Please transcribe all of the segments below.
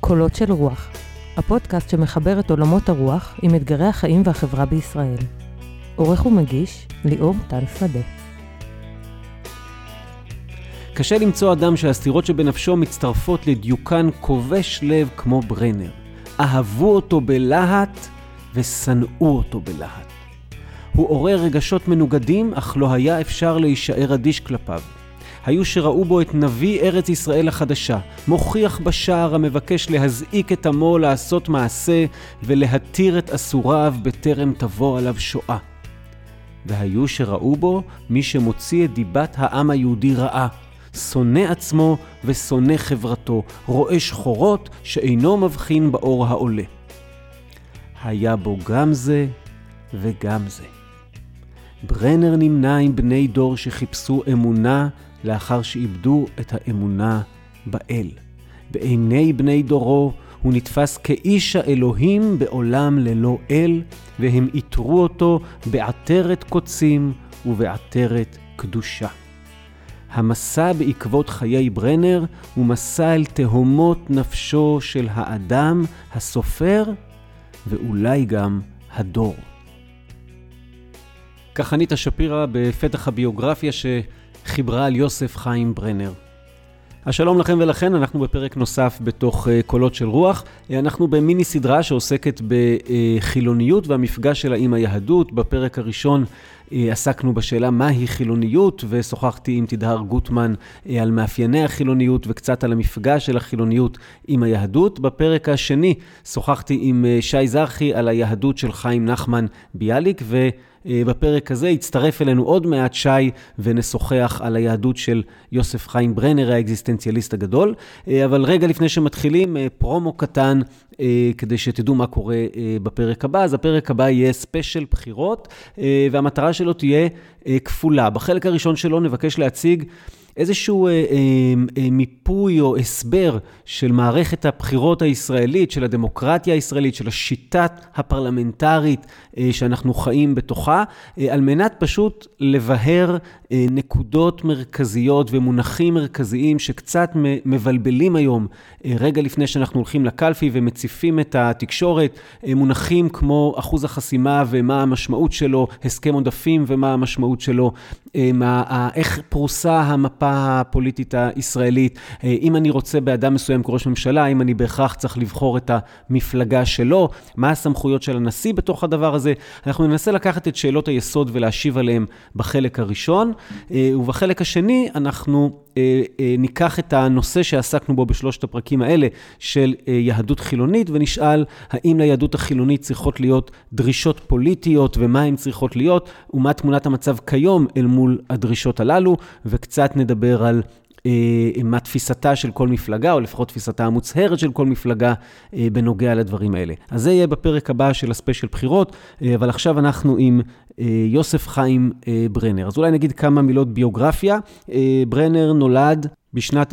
קולות של רוח, הפודקאסט שמחבר את עולמות הרוח עם אתגרי החיים והחברה בישראל. עורך ומגיש, ליאור טל שדה. קשה למצוא אדם שהסתירות שבנפשו מצטרפות לדיוקן כובש לב כמו ברנר. אהבו אותו בלהט ושנאו אותו בלהט. הוא עורר רגשות מנוגדים, אך לא היה אפשר להישאר אדיש כלפיו. היו שראו בו את נביא ארץ ישראל החדשה, מוכיח בשער המבקש להזעיק את עמו לעשות מעשה ולהתיר את אסוריו בטרם תבוא עליו שואה. והיו שראו בו מי שמוציא את דיבת העם היהודי רעה, שונא עצמו ושונא חברתו, רואה שחורות שאינו מבחין באור העולה. היה בו גם זה וגם זה. ברנר נמנה עם בני דור שחיפשו אמונה לאחר שאיבדו את האמונה באל. בעיני בני דורו הוא נתפס כאיש האלוהים בעולם ללא אל, והם איתרו אותו בעטרת קוצים ובעטרת קדושה. המסע בעקבות חיי ברנר הוא מסע אל תהומות נפשו של האדם, הסופר ואולי גם הדור. כך ענית שפירא בפתח הביוגרפיה שחיברה על יוסף חיים ברנר. השלום לכם ולכן, אנחנו בפרק נוסף בתוך קולות של רוח. אנחנו במיני סדרה שעוסקת בחילוניות והמפגש שלה עם היהדות. בפרק הראשון עסקנו בשאלה מהי חילוניות, ושוחחתי עם תדהר גוטמן על מאפייני החילוניות וקצת על המפגש של החילוניות עם היהדות. בפרק השני שוחחתי עם שי זרחי על היהדות של חיים נחמן ביאליק, ובפרק הזה הצטרף אלינו עוד מעט שי ונשוחח על היהדות של יוסף חיים ברנר, האקזיסטנציאליסט הגדול. אבל רגע לפני שמתחילים, פרומו קטן כדי שתדעו מה קורה בפרק הבא. אז הפרק הבא יהיה ספיישל בחירות, והמטרה שלו תהיה כפולה. בחלק הראשון שלו נבקש להציג איזשהו מיפוי או הסבר של מערכת הבחירות הישראלית, של הדמוקרטיה הישראלית, של השיטת הפרלמנטרית שאנחנו חיים בתוכה, על מנת פשוט לבהר נקודות מרכזיות ומונחים מרכזיים שקצת מבלבלים היום רגע לפני שאנחנו הולכים לקלפי ומציפים את התקשורת, מונחים כמו אחוז החסימה ומה המשמעות שלו, הסכם עודפים ומה המשמעות שלו, איך פרוסה המפה הפוליטית הישראלית, אם אני רוצה באדם מסוים כראש ממשלה, אם אני בהכרח צריך לבחור את המפלגה שלו, מה הסמכויות של הנשיא בתוך הדבר הזה. אנחנו ננסה לקחת את שאלות היסוד ולהשיב עליהם בחלק הראשון, ובחלק השני אנחנו ניקח את הנושא שעסקנו בו בשלושת הפרקים האלה של יהדות חילונית, ונשאל האם ליהדות החילונית צריכות להיות דרישות פוליטיות, ומה הן צריכות להיות, ומה תמונת המצב כיום אל מול הדרישות הללו, וקצת נדבר על מה תפיסתה של כל מפלגה, או לפחות תפיסתה המוצהרת של כל מפלגה בנוגע לדברים האלה. אז זה יהיה בפרק הבא של הספיישל בחירות, אבל עכשיו אנחנו עם יוסף חיים ברנר. אז אולי נגיד כמה מילות ביוגרפיה. ברנר נולד בשנת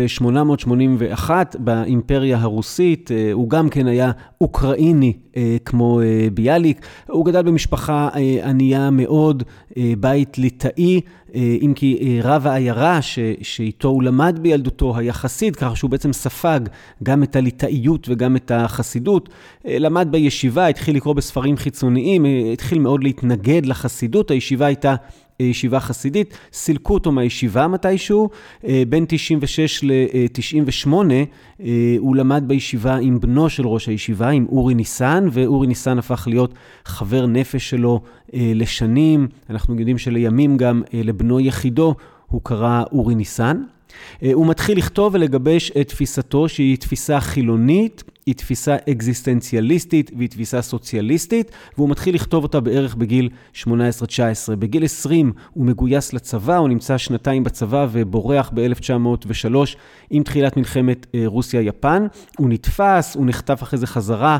1881 באימפריה הרוסית. הוא גם כן היה אוקראיני כמו ביאליק. הוא גדל במשפחה ענייה מאוד, בית ליטאי, אם כי רב העיירה שאיתו הוא למד בילדותו היה חסיד, כך שהוא בעצם ספג גם את הליטאיות וגם את החסידות. למד בישיבה, התחיל לקרוא בספרים חיצוניים, התחיל מאוד להתנגד לחסידות. הישיבה הייתה ישיבה חסידית, סילקו אותו מהישיבה מתישהו. בין 96 ל-98 הוא למד בישיבה עם בנו של ראש הישיבה, עם אורי ניסן, ואורי ניסן הפך להיות חבר נפש שלו לשנים. אנחנו יודעים שלימים גם לבנו יחידו הוא קרא אורי ניסן. הוא מתחיל לכתוב ולגבש את תפיסתו, שהיא תפיסה חילונית, היא תפיסה אקזיסטנציאליסטית והיא תפיסה סוציאליסטית, והוא מתחיל לכתוב אותה בערך בגיל 18-19. בגיל 20 הוא מגויס לצבא, הוא נמצא שנתיים בצבא ובורח ב-1903 עם תחילת מלחמת רוסיה-יפן. הוא נתפס, הוא נחטף אחרי זה חזרה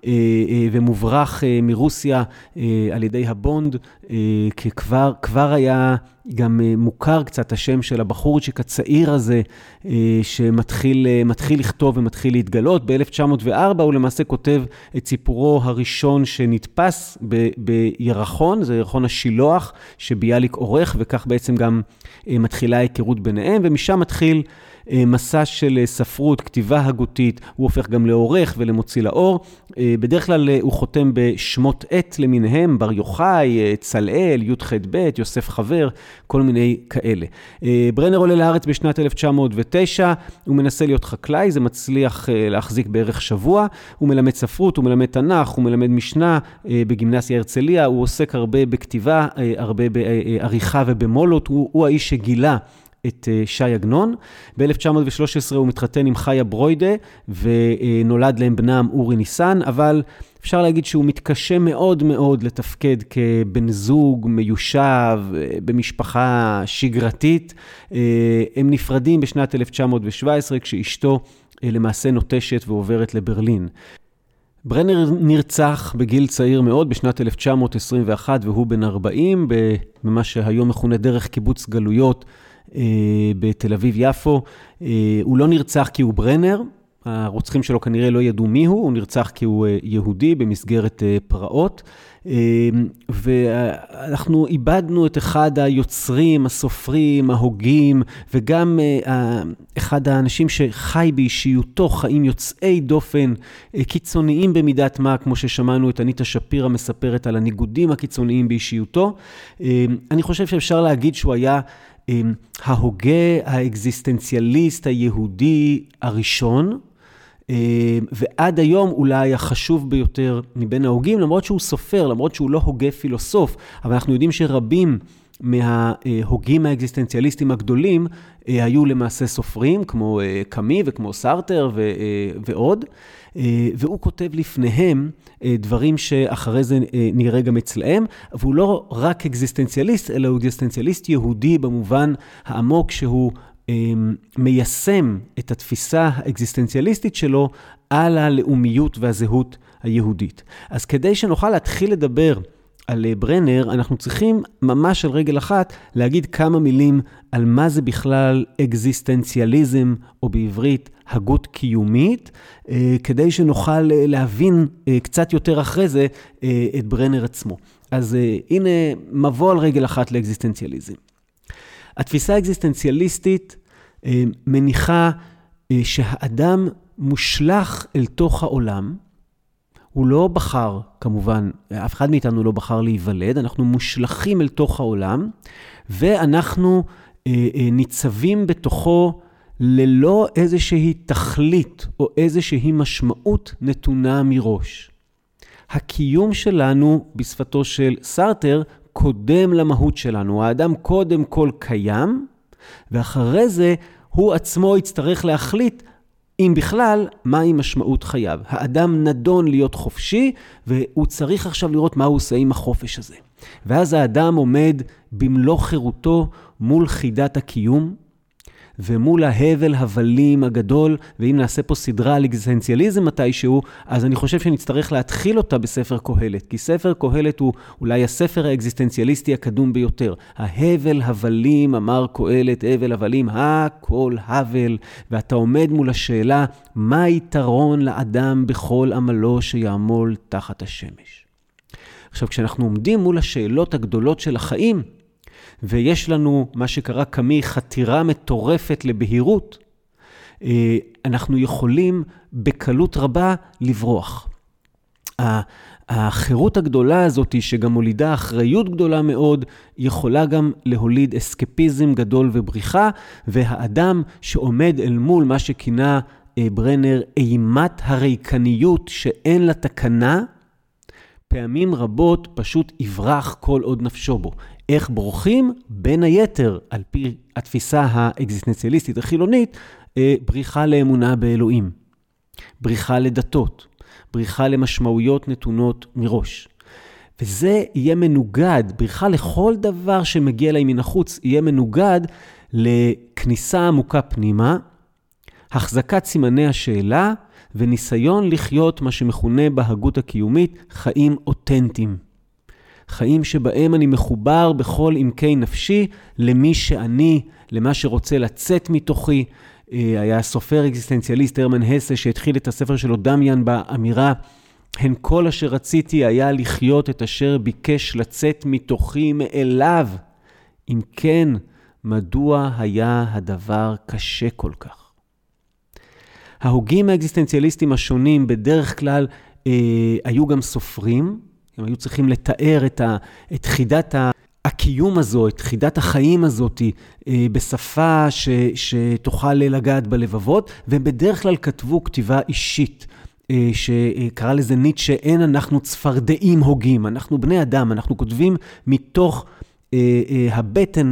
ומוברח מרוסיה על ידי הבונד, כי כבר היה גם מוכר קצת השם של הבחורצ'יק הצעיר הזה שמתחיל לכתוב ומתחיל להתגלות. ב-1904 הוא למעשה כותב את סיפורו הראשון שנתפס בירחון, זה ירחון השילוח שביאליק עורך, וכך בעצם גם מתחילה היכרות ביניהם, ומשם מתחיל מסע של ספרות, כתיבה הגותית, הוא הופך גם לעורך ולמוציא לאור. בדרך כלל הוא חותם בשמות עת למיניהם, בר יוחאי, צלאל, י"ח ב', יוסף חבר, כל מיני כאלה. ברנר עולה לארץ בשנת 1909, הוא מנסה להיות חקלאי, זה מצליח להחזיק בערך שבוע, הוא מלמד ספרות, הוא מלמד תנ"ך, הוא מלמד משנה בגימנסיה הרצליה, הוא עוסק הרבה בכתיבה, הרבה בעריכה ובמולות, הוא האיש שגילה את שי עגנון. ב-1913 הוא מתחתן עם חיה ברוידה, ונולד להם בנם אורי ניסן, אבל אפשר להגיד שהוא מתקשה מאוד מאוד לתפקד כבן זוג מיושב, במשפחה שגרתית. הם נפרדים בשנת 1917, כשאשתו למעשה נוטשת ועוברת לברלין. ברנר נרצח בגיל צעיר מאוד בשנת 1921, והוא בן 40, במה שהיום מכונה דרך קיבוץ גלויות בתל אביב יפו. הוא לא נרצח כי הוא ברנר, הרוצחים שלו כנראה לא ידעו מי הוא נרצח כי הוא יהודי במסגרת פרעות, ואנחנו איבדנו את אחד היוצרים, הסופרים, ההוגים, וגם אחד האנשים שחי באישיותו חיים יוצאי דופן, קיצוניים במידת מה, כמו ששמענו את אניטה שפירא מספרת על הניגודים הקיצוניים באישיותו. אני חושב שאפשר להגיד שהוא היה ההוגה, האקזיסטנציאליסט היהודי הראשון, ועד היום אולי החשוב ביותר מבין ההוגים, למרות שהוא סופר, למרות שהוא לא הוגה פילוסוף, אבל אנחנו יודעים שרבים מההוגים האקזיסטנציאליסטים הגדולים היו למעשה סופרים, כמו קאמי וכמו סארטר ועוד, והוא כותב לפניהם דברים שאחרי זה נראה גם אצלהם, והוא לא רק אקזיסטנציאליסט, אלא הוא אקזיסטנציאליסט יהודי במובן העמוק שהוא מיישם את התפיסה האקזיסטנציאליסטית שלו על הלאומיות והזהות היהודית. אז כדי שנוכל להתחיל לדבר על ברנר, אנחנו צריכים ממש על רגל אחת להגיד כמה מילים על מה זה בכלל אקזיסטנציאליזם, או בעברית הגות קיומית, כדי שנוכל להבין קצת יותר אחרי זה את ברנר עצמו. אז הנה מבוא על רגל אחת לאקזיסטנציאליזם. התפיסה האקזיסטנציאליסטית מניחה שהאדם מושלך אל תוך העולם, הוא לא בחר, כמובן, אף אחד מאיתנו לא בחר להיוולד, אנחנו מושלכים אל תוך העולם, ואנחנו ניצבים בתוכו ללא איזושהי תכלית או איזושהי משמעות נתונה מראש. הקיום שלנו, בשפתו של סארטר, קודם למהות שלנו. האדם קודם כל קיים, ואחרי זה הוא עצמו יצטרך להחליט אם בכלל, מהי משמעות חייו. האדם נדון להיות חופשי, והוא צריך עכשיו לראות מה הוא עושה עם החופש הזה. ואז האדם עומד במלוא חירותו מול חידת הקיום, ומול ההבל הבלים הגדול, ואם נעשה פה סדרה על אקזיסטנציאליזם מתישהו, אז אני חושב שנצטרך להתחיל אותה בספר קהלת, כי ספר קהלת הוא אולי הספר האקזיסטנציאליסטי הקדום ביותר. ההבל הבלים, אמר קהלת, הבל הבלים, הכל הבל, ואתה עומד מול השאלה, מה היתרון לאדם בכל עמלו שיעמול תחת השמש? עכשיו, כשאנחנו עומדים מול השאלות הגדולות של החיים, ויש לנו מה שקרא קאמי חתירה מטורפת לבהירות, אנחנו יכולים בקלות רבה לברוח. החירות הגדולה הזאת, שגם הולידה אחריות גדולה מאוד, יכולה גם להוליד אסקפיזם גדול ובריחה, והאדם שעומד אל מול מה שכינה ברנר אימת הריקניות שאין לה תקנה, פעמים רבות פשוט יברח כל עוד נפשו בו. איך בורחים? בין היתר, על פי התפיסה האקזיסטנציאליסטית החילונית, בריחה לאמונה באלוהים, בריחה לדתות, בריחה למשמעויות נתונות מראש. וזה יהיה מנוגד, בריחה לכל דבר שמגיע אליי מן החוץ, יהיה מנוגד לכניסה עמוקה פנימה, החזקת סימני השאלה, וניסיון לחיות מה שמכונה בהגות הקיומית חיים אותנטיים. חיים שבהם אני מחובר בכל עמקי נפשי למי שאני, למה שרוצה לצאת מתוכי. היה סופר אקזיסטנציאליסט הרמן הסה שהתחיל את הספר שלו דמיין באמירה, הן כל אשר רציתי היה לחיות את אשר ביקש לצאת מתוכי מאליו. אם כן, מדוע היה הדבר קשה כל כך. ההוגים האקזיסטנציאליסטים השונים בדרך כלל היו גם סופרים, הם היו צריכים לתאר את חידת הקיום הזו, את חידת החיים הזאת בשפה שתוכל לגעת בלבבות, והם בדרך כלל כתבו כתיבה אישית, שקרא לזה ניטשה, אין אנחנו צפרדעים הוגים, אנחנו בני אדם, אנחנו כותבים מתוך הבטן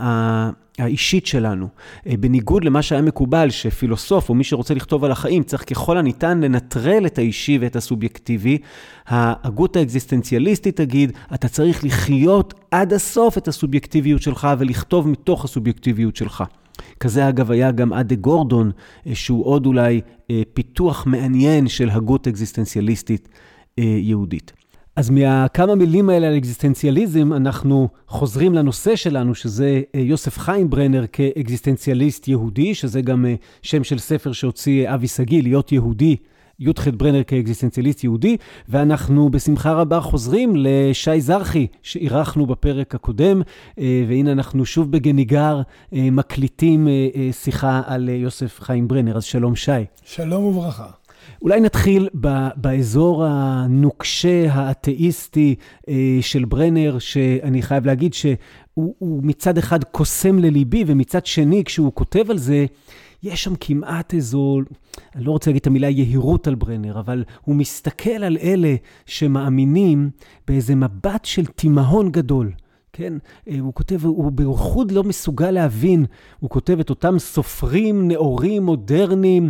האישית שלנו. בניגוד למה שהיה מקובל, שפילוסוף או מי שרוצה לכתוב על החיים, צריך ככל הניתן לנטרל את האישי ואת הסובייקטיבי. ההגות האקזיסטנציאליסטית תגיד, אתה צריך לחיות עד הסוף את הסובייקטיביות שלך, ולכתוב מתוך הסובייקטיביות שלך. כזה אגב היה גם עדה גורדון, שהוא עוד אולי פיתוח מעניין של הגות אקזיסטנציאליסטית יהודית. אז מכמה מילים האלה על אקזיסטנציאליזם, אנחנו חוזרים לנושא שלנו, שזה יוסף חיים ברנר כאקזיסטנציאליסט יהודי, שזה גם שם של ספר שהוציא אבי סגי, להיות יהודי, י"ח ברנר כאקזיסטנציאליסט יהודי, ואנחנו בשמחה רבה חוזרים לשי זרחי, שאירחנו בפרק הקודם, והנה אנחנו שוב בגניגר מקליטים שיחה על יוסף חיים ברנר. אז שלום שי. שלום וברכה. אולי נתחיל באזור הנוקשה, האתאיסטי של ברנר, שאני חייב להגיד שהוא מצד אחד קוסם לליבי, ומצד שני כשהוא כותב על זה, יש שם כמעט איזו, אני לא רוצה להגיד את המילה יהירות על ברנר, אבל הוא מסתכל על אלה שמאמינים באיזה מבט של תימהון גדול. כן, הוא כותב, הוא בייחוד לא מסוגל להבין, הוא כותב את אותם סופרים נאורים מודרניים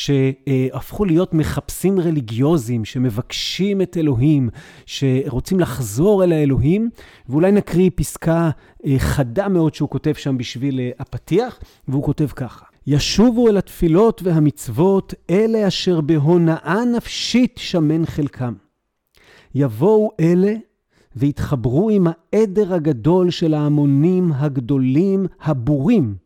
שהפכו להיות מחפשים רליגיוזיים, שמבקשים את אלוהים, שרוצים לחזור אל האלוהים, ואולי נקריא פסקה חדה מאוד שהוא כותב שם בשביל הפתיח, והוא כותב ככה: ישובו אל התפילות והמצוות אלה אשר בהונאה נפשית שמן חלקם. יבואו אלה והתחברו עם העדר הגדול של ההמונים הגדולים הבורים,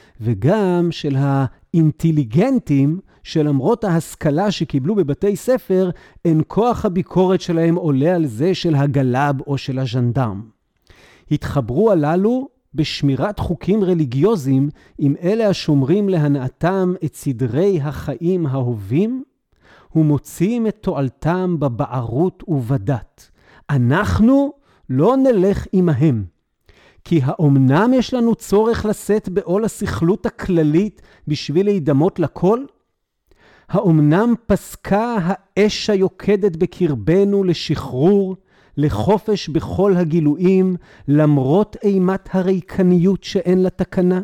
וגם של האינטליגנטים שלמרות ההשכלה שקיבלו בבתי ספר, אין כוח הביקורת שלהם עולה על זה של הגלב או של הז'נדרם. התחברו הללו בשמירת חוקים רליגיוזיים עם אלה השומרים להנאתם את סדרי החיים ההובים, ומוציאים את תועלתם בבערות ובדת. אנחנו לא נלך עמהם, כי האומנם יש לנו צורך לשאת בעול הסכלות הכללית בשביל להידמות לכל? האומנם פסקה האש היוקדת בקרבנו לשחרור, לחופש בכל הגילויים, למרות אימת הריקניות שאין לה תקנה?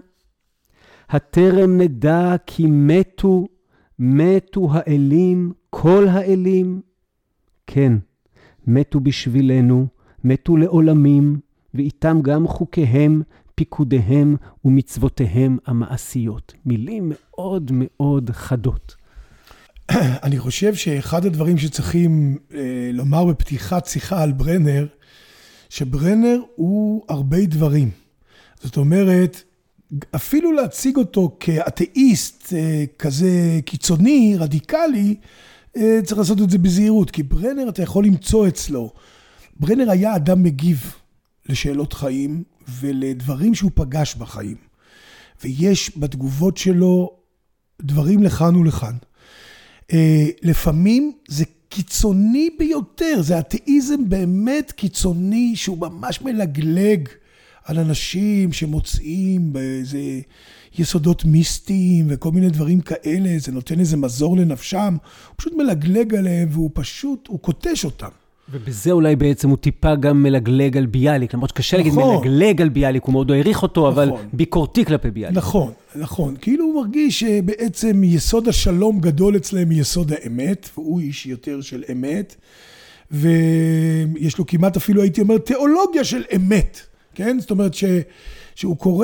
הטרם נדע כי מתו האלים, כל האלים? כן, מתו בשבילנו, מתו לעולמים, ואיתם גם חוקיהם, פיקודיהם ומצוותיהם המעשיות. מילים מאוד מאוד חדות. אני חושב שאחד הדברים שצריכים לומר בפתיחת שיחה על ברנר, שברנר הוא הרבה דברים. זאת אומרת, אפילו להציג אותו כאתאיסט כזה קיצוני, רדיקלי, צריך לעשות את זה בזהירות, כי ברנר אתה יכול למצוא אצלו. ברנר היה אדם מגיב לשאלות חיים ולדברים שהוא פגש בחיים. ויש בתגובות שלו דברים לכאן ולכאן. לפעמים זה קיצוני ביותר, זה אתאיזם באמת קיצוני שהוא ממש מלגלג על אנשים שמוצאים באיזה יסודות מיסטיים וכל מיני דברים כאלה, זה נותן איזה מזור לנפשם, הוא פשוט מלגלג עליהם והוא פשוט, הוא קוטש אותם. ובזה אולי בעצם הוא טיפה גם מלגלג על ביאליק, למרות שקשה להגיד מלגלג על ביאליק, הוא מאוד לא העריך אותו, אבל ביקורתי כלפי ביאליק. נכון, כאילו הוא מרגיש שבעצם יסוד השלום גדול אצלם מיסוד האמת, והוא איש יותר של אמת, ויש לו כמעט אפילו הייתי אומר תיאולוגיה של אמת, כן? זאת אומרת שהוא קורא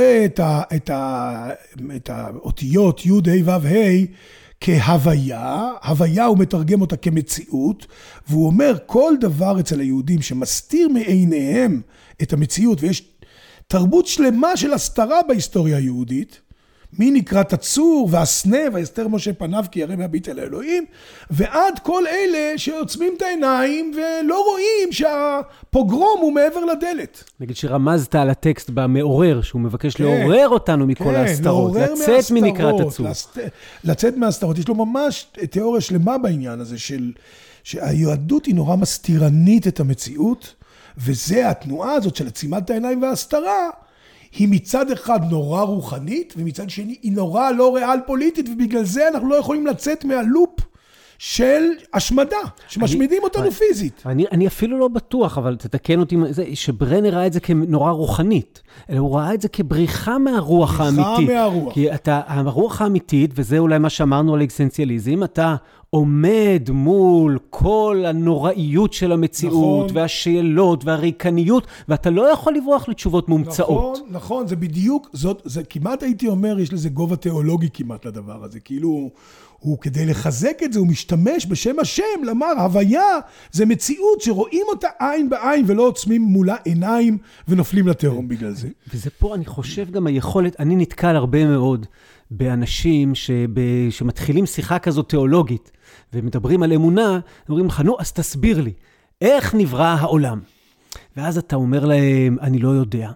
את האותיות י' ה' ו' ה' כהוויה, הוויה הוא מתרגם אותה כמציאות, והוא אומר כל דבר אצל היהודים שמסתיר מעיניהם את המציאות, ויש תרבות שלמה של הסתרה בהיסטוריה היהודית, מי נקרא תצור והסנה והסתר משה פניו כי ירא מהביט אל האלוהים, ועד כל אלה שעוצמים את העיניים ולא רואים שהפוגרום הוא מעבר לדלת. נגיד שרמזת על הטקסט במעורר, שהוא מבקש לעורר אותנו מכל ההסתרות, לצאת מנקרא תצור. לצאת מההסתרות. יש לו ממש תיאוריה שלמה בעניין הזה שהיהדות היא נורא מסתירנית את המציאות, וזה התנועה הזאת של עצימת העיניים וההסתרה, היא מצד אחד נורא רוחנית, ומצד שני היא נורא לא ריאל פוליטית, ובגלל זה אנחנו לא יכולים לצאת מהלופ של השמדה, שמשמידים אותנו פיזית. אני אפילו לא בטוח, אבל תתקן אותי, שברנר ראה את זה כנורא רוחנית, אלא הוא ראה את זה כבריחה מהרוח האמיתית. בריחה מהרוח. כי הרוח האמיתית, וזה אולי מה שאמרנו על אקסטנציאליזם, אתה עומד מול כל הנוראיות של המציאות, נכון. והשאלות והריקניות, ואתה לא יכול לברוח לתשובות מומצאות. נכון, נכון, זה בדיוק, זה כמעט הייתי אומר, יש לזה גובה תיאולוגי כמעט לדבר הזה, כאילו הוא כדי לחזק את זה, הוא משתמש בשם השם, למר, הוויה זה מציאות שרואים אותה עין בעין, ולא עוצמים מולה עיניים ונופלים לתהום בגלל זה. וזה פה אני חושב גם היכולת, אני נתקל הרבה מאוד באנשים שמתחילים שיחה כזו תיאולוגית, ומדברים על אמונה, אומרים לך, נו, אז תסביר לי, איך נברא העולם? ואז אתה אומר להם, אני לא יודע.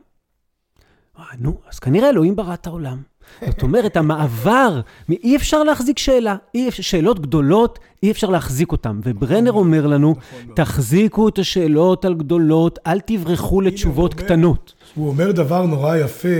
נו, אז כנראה אלוהים ברא את העולם. זאת אומרת, המעבר, אי אפשר להחזיק שאלה, שאלות גדולות, אי אפשר להחזיק אותן. וברנר אומר לנו, תחזיקו את השאלות על גדולות, אל תברחו לתשובות קטנות. הוא אומר דבר נורא יפה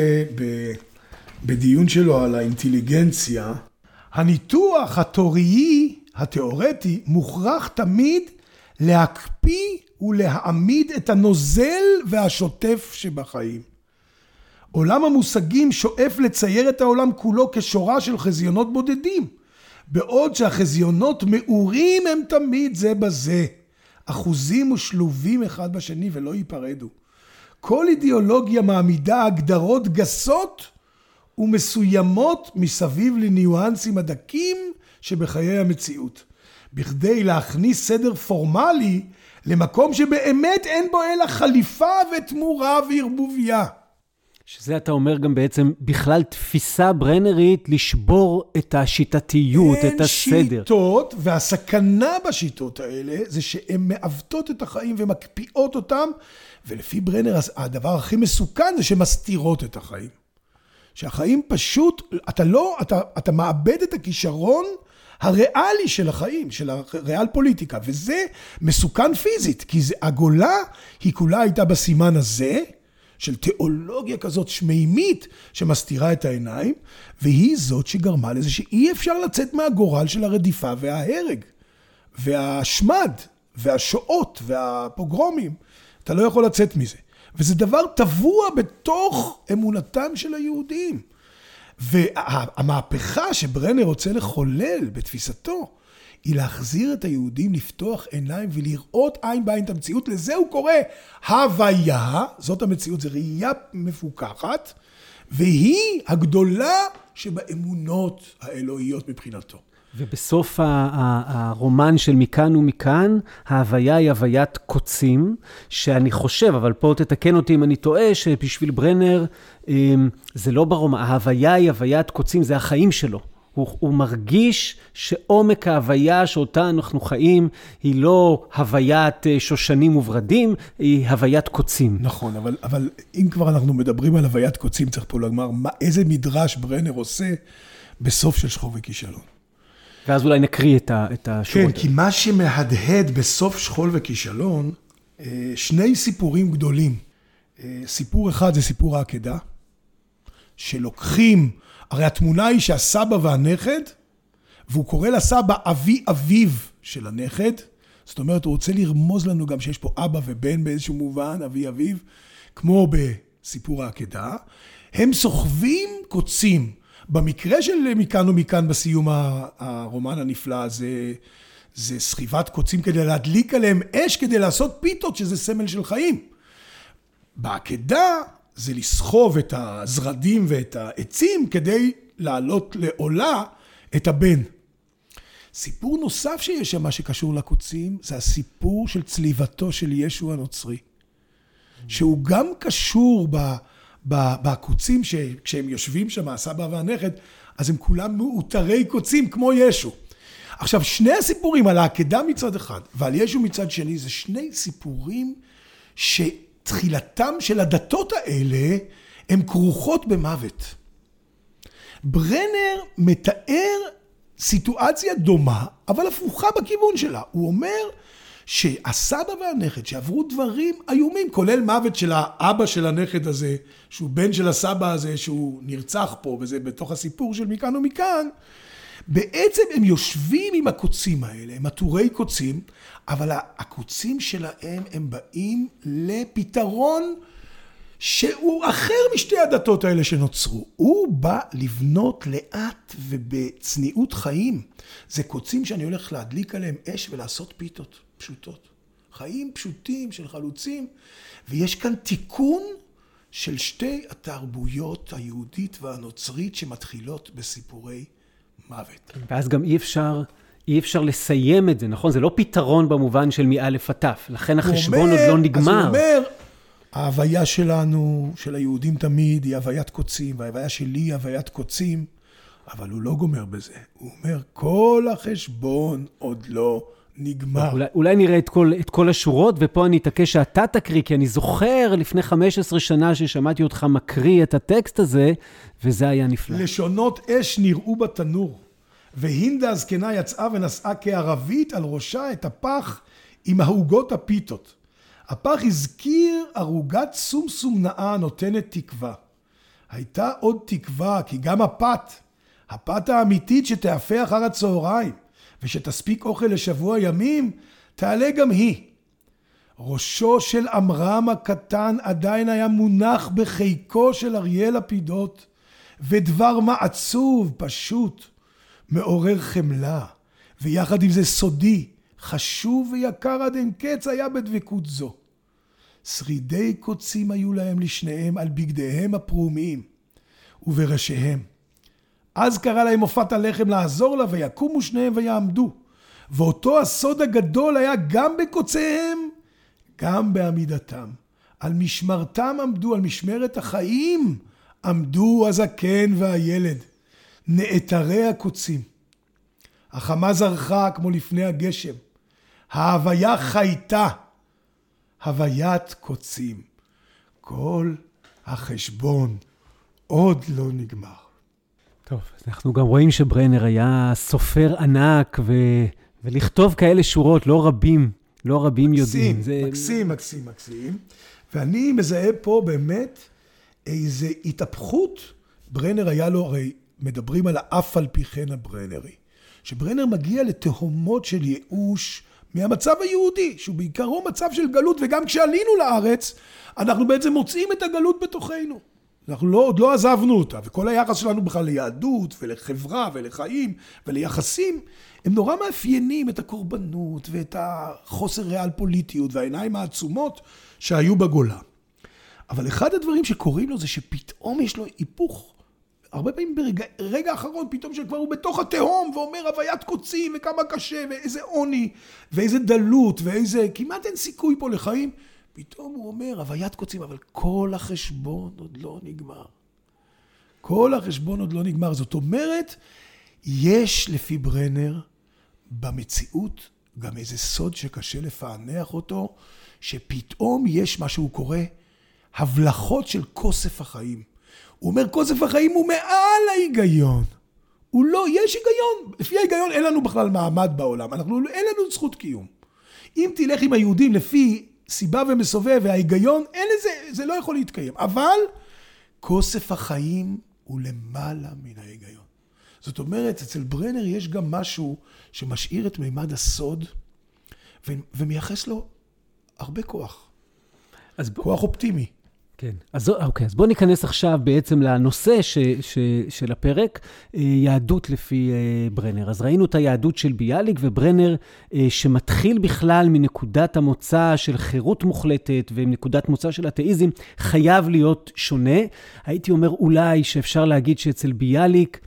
בדיון שלו על האינטליגנציה. הניתוח התיאורי, התיאורטי, מוכרח תמיד להקפיא ולהעמיד את הנוזל והשוטף שבחיים. עולם המושגים שואף לצייר את העולם כולו כשורה של חזיונות בודדים, בעוד שהחזיונות מאורים הם תמיד זה בזה, אחוזים ושלובים אחד בשני ולא ייפרדו. כל אידיאולוגיה מעמידה הגדרות גסות ומסוימות מסביב לניואנסים הדקים שבחיי המציאות, בכדי להכניס סדר פורמלי למקום שבאמת אין בו אלא חליפה ותמורה וערבוביה. שזה אתה אומר גם בעצם בכלל תפיסה ברנרית לשבור את השיטתיות, את הסדר. אין שיטות, והסכנה בשיטות האלה זה שהן מעוותות את החיים ומקפיאות אותם, ולפי ברנר הדבר הכי מסוכן זה שמסתירות את החיים. שהחיים פשוט, אתה מאבד את הכישרון הריאלי של החיים, של הריאל פוליטיקה, וזה מסוכן פיזית, כי הגולה היא כולה הייתה בסימן הזה, של תיאולוגיה כזאת שמימית שמסתירה את העיניים, והיא זאת שגרמה לזה שאי אפשר לצאת מהגורל של הרדיפה וההרג, והשמד, והשואות, והפוגרומים. אתה לא יכול לצאת מזה. וזה דבר טבוע בתוך אמונתם של היהודים. והמהפכה שברנר רוצה לחולל בתפיסתו, היא להחזיר את היהודים לפתוח עיניים ולראות עין בעין את המציאות. לזה הוא קורא הוויה, זאת המציאות, זה ראייה מפוקחת, והיא הגדולה שבאמונות האלוהיות מבחינתו. ובסוף הרומן של מכאן ומכאן, ההוויה היא הוויית קוצים, שאני חושב, אבל פה תתקן אותי אם אני טועה, שבשביל ברנר זה לא ברומן, ההוויה היא הוויית קוצים, זה החיים שלו. הוא מרגיש שעומק ההוויה שאותה אנחנו חיים, היא לא הוויית שושנים וברדים, היא הוויית קוצים. נכון, אבל אם כבר אנחנו מדברים על הוויית קוצים, צריך פה לומר, איזה מדרש ברנר עושה בסוף של שכול וכישלון. ואז אולי נקריא את השורות. כן, כי מה שמהדהד בסוף שכול וכישלון, שני סיפורים גדולים. סיפור אחד זה סיפור העקדה, שלוקחים, הרי התמונה היא שהסבא והנכד, והוא קורא לסבא אבי אביו של הנכד, זאת אומרת, הוא רוצה לרמוז לנו גם שיש פה אבא ובן באיזשהו מובן, אבי אביו, כמו בסיפור העקדה, הם סוחבים קוצים. במקרה של מכאן ומכאן בסיום הרומן הנפלא הזה, זה סחיבת קוצים כדי להדליק עליהם אש, כדי לעשות פיתות, שזה סמל של חיים. בעקדה זה לסחוב את הזרדים ואת העצים, כדי לעלות לעולה את הבן. סיפור נוסף שיש שם, מה שקשור לקוצים, זה הסיפור של צליבתו של ישו הנוצרי. שהוא גם קשור בקוצים, כשהם יושבים שם, הסבא והנכד, אז הם כולם מאותרי קוצים כמו ישו. עכשיו, שני הסיפורים על העקדה מצד אחד, ועל ישו מצד שני, זה שני סיפורים שתחילתם של הדתות האלה, הן כרוכות במוות. ברנר מתאר סיטואציה דומה, אבל הפוכה בכיוון שלה. הוא אומר שהסבא והנכד שעברו דברים איומים, כולל מוות של האבא של הנכד הזה, שהוא בן של הסבא הזה, שהוא נרצח פה, וזה בתוך הסיפור של מכאן ומכאן, בעצם הם יושבים עם הקוצים האלה, הם עטורי קוצים, אבל הקוצים שלהם הם באים לפתרון שהוא אחר משתי הדתות האלה שנוצרו. הוא בא לבנות לאט ובצניעות חיים. זה קוצים שאני הולך להדליק עליהם אש ולעשות פיתות פשוטות. חיים פשוטים של חלוצים, ויש כאן תיקון של שתי התרבויות היהודית והנוצרית שמתחילות בסיפורי מוות. ואז גם אי אפשר לסיים את זה, נכון? זה לא פתרון במובן של מאלף עד תף, לכן החשבון עוד לא נגמר. אז הוא אומר, ההוויה שלנו, של היהודים תמיד, היא הוויית קוצים, וההוויה שלי היא הוויית קוצים, אבל הוא לא גומר בזה. הוא אומר, כל החשבון עוד לא נגמר. אולי נראה את כל השורות, ופה אני אתעקש שאתה תקריא, כי אני זוכר לפני 15 שנה ששמעתי אותך מקריא את הטקסט הזה, וזה היה נפלא. לשונות אש נראו בתנור, והינדה הזקנה יצאה ונשאה כערבית על ראשה את הפח עם העוגות הפיתות. הפח הזכיר ערוגת סום נאה נותנת תקווה. הייתה עוד תקווה, כי גם הפת האמיתית שתאפה אחר הצהריים, ושתספיק אוכל לשבוע ימים, תעלה גם היא. ראשו של אמרם הקטן עדיין היה מונח בחיקו של אריה לפידות, ודבר מעצוב פשוט, מעורר חמלה, ויחד עם זה סודי, חשוב ויקר עד אין קץ היה בדבקות זו. שרידי קוצים היו להם לשניהם על בגדיהם הפרומיים ובראשיהם. אז קרא להם מופת הלחם לעזור לה, ויקומו שניהם ויעמדו. ואותו הסוד הגדול היה גם בקוציהם, גם בעמידתם. על משמרתם עמדו, על משמרת החיים עמדו הזקן והילד, נעתרי הקוצים. החמה זרחה כמו לפני הגשם. ההוויה חייתה, הוויית קוצים. כל החשבון עוד לא נגמר. טוב, אנחנו גם רואים שברנר היה סופר ענק, ולכתוב כאלה שורות, לא רבים יודעים. מקסים. ואני מזהה פה באמת איזו התהפכות. ברנר היה לו, הרי מדברים על האף על פי כן הברנרי. שברנר מגיע לתהומות של ייאוש מהמצב היהודי, שהוא בעיקרו מצב של גלות, וגם כשעלינו לארץ, אנחנו בעצם מוצאים את הגלות בתוכנו. אנחנו עוד לא עזבנו אותה, וכל היחס שלנו בכלל ליהדות ולחברה ולחיים וליחסים, הם נורא מאפיינים את הקורבנות ואת החוסר ריאל פוליטיות והעיניים העצומות שהיו בגולה. אבל אחד הדברים שקוראים לו זה שפתאום יש לו היפוך. הרבה פעמים ברגע האחרון פתאום שכבר הוא בתוך התהום ואומר הוויית קוצים וכמה קשה ואיזה עוני ואיזה דלות ואיזה כמעט אין סיכוי פה לחיים. פתאום הוא אומר הוויית קוצים, אבל כל החשבון עוד לא נגמר. כל החשבון עוד לא נגמר. זאת אומרת, יש לפי ברנר במציאות גם איזה סוד שקשה לפענח אותו, שפתאום יש מה שהוא קורא הבלחות של כוסף החיים. הוא אומר, כוסף החיים הוא מעל ההיגיון. הוא לא, יש היגיון. לפי ההיגיון אין לנו בכלל מעמד בעולם. אין לנו זכות קיום. אם תלך עם היהודים לפי סיבה ומסובב וההיגיון, אין לזה, זה לא יכול להתקיים. אבל כוסף החיים הוא למעלה מן ההיגיון. זאת אומרת, אצל ברנר יש גם משהו שמשאיר את מימד הסוד, ומייחס לו הרבה כוח. כוח אופטימי. כן, אז בוא ניכנס עכשיו בעצם לנושא של הפרק, יהדות לפי ברנר. אז ראינו את היהדות של ביאליק וברנר, שמתחיל בכלל מנקודת המוצא של חירות מוחלטת, ומנקודת מוצא של אתאיזם, חייב להיות שונה. הייתי אומר אולי שאפשר להגיד שאצל ביאליק,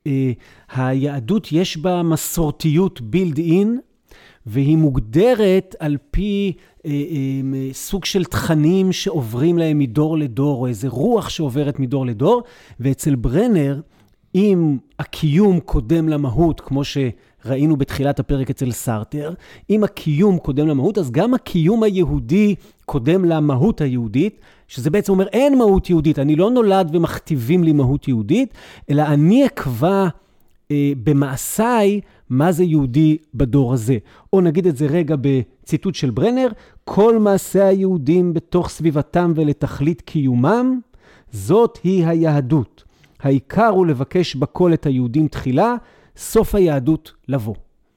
היהדות יש בה מסורתיות build in, והיא מוגדרת על פי סוג של תכנים שעוברים להם מדור לדור, או איזה רוח שעוברת מדור לדור, ואצל ברנר, אם הקיום קודם למהות, כמו שראינו בתחילת הפרק אצל סארטר, אם הקיום קודם למהות, אז גם הקיום היהודי קודם למהות היהודית, שזה בעצם אומר, אין מהות יהודית, אני לא נולד ומכתיבים לי מהות יהודית, אלא אני אקבע במעשיי מה זה יהודי בדור הזה. או נגיד את זה רגע בציטוט של ברנר, כל מעשי היהודים בתוך סביבתם ולתכלית קיומם, זאת היא היהדות. העיקר הוא לבקש בכל את היהודים תחילה, סוף היהדות לבוא.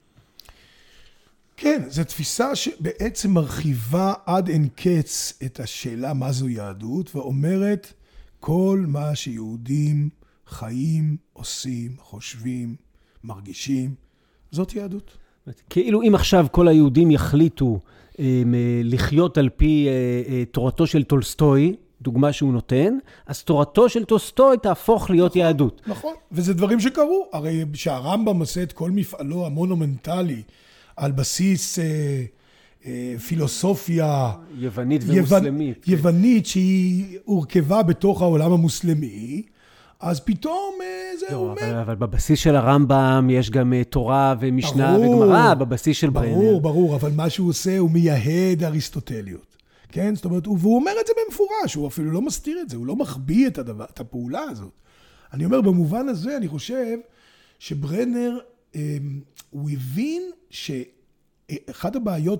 כן, זו תפיסה שבעצם מרחיבה עד אין קץ את השאלה מה זו יהדות, ואומרת כל מה שיהודים חיים, עושים, חושבים, מרגישים, זאת יהדות. כאילו אם עכשיו כל היהודים יחליטו לחיות על פי תורתו של טולסטוי, דוגמה שהוא נותן, אז תורתו של טולסטוי תהפוך להיות נכון, יהדות. נכון, וזה דברים שקרו. הרי שהרמב"ם עושה את כל מפעלו המונומנטלי, על בסיס פילוסופיה יוונית ומוסלמית. יוונית שהיא הורכבה בתוך העולם המוסלמי, אז פתאום זה לא, אומר... אבל בבסיס של הרמב"ם יש גם תורה ומשנה וגמרא, בבסיס של ברנר. ברור, אבל מה שהוא עושה הוא מייהד אריסטוטליות. כן? זאת אומרת, והוא אומר את זה במפורש, הוא אפילו לא מסתיר את זה, הוא לא מחביא את הפעולה הזאת. אני אומר, במובן הזה, אני חושב שברנר, הוא הבין שאחד הבעיות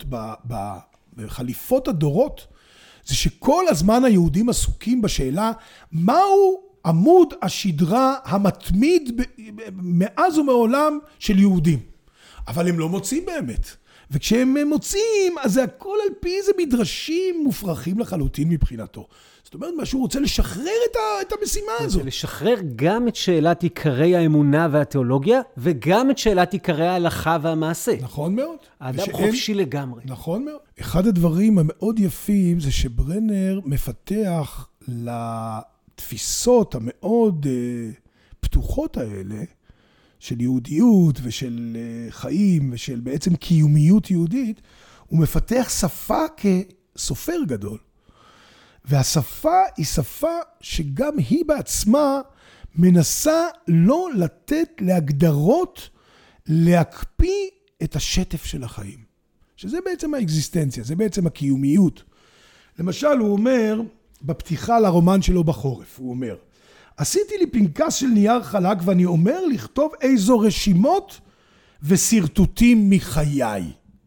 בחליפות הדורות, זה שכל הזמן היהודים עסוקים בשאלה, מהו עמוד השדרה המתמיד מאז ומעולם של יהודים. אבל הם לא מוצאים באמת. וכשהם מוצאים, אז זה הכל על פי איזה מדרשים מופרכים לחלוטין מבחינתו. זאת אומרת, מה שהוא רוצה לשחרר את המשימה הזאת. לשחרר גם את שאלת עיקרי האמונה והתיאולוגיה, וגם את שאלת עיקרי ההלכה והמעשה. נכון מאוד. האדם חופשי לגמרי. נכון מאוד. אחד הדברים המאוד יפים זה שברנר מפתח לתפיסות המאוד פתוחות האלה, של יהודיות ושל חיים ושל בעצם קיומיות יהודית, הוא מפתח שפה כסופר גדול. והשפה היא שפה שגם היא בעצמה מנסה לא לתת להגדרות להקפיא את השטף של החיים. שזה בעצם האקזיסטנציה, זה בעצם הקיומיות. למשל הוא אומר, בפתיחה לרומן שלו בחורף, הוא אומר, עשיתי לי פנקס של נייר חלק ואני אומר לכתוב איזו רשימות וסרטוטים מחיי.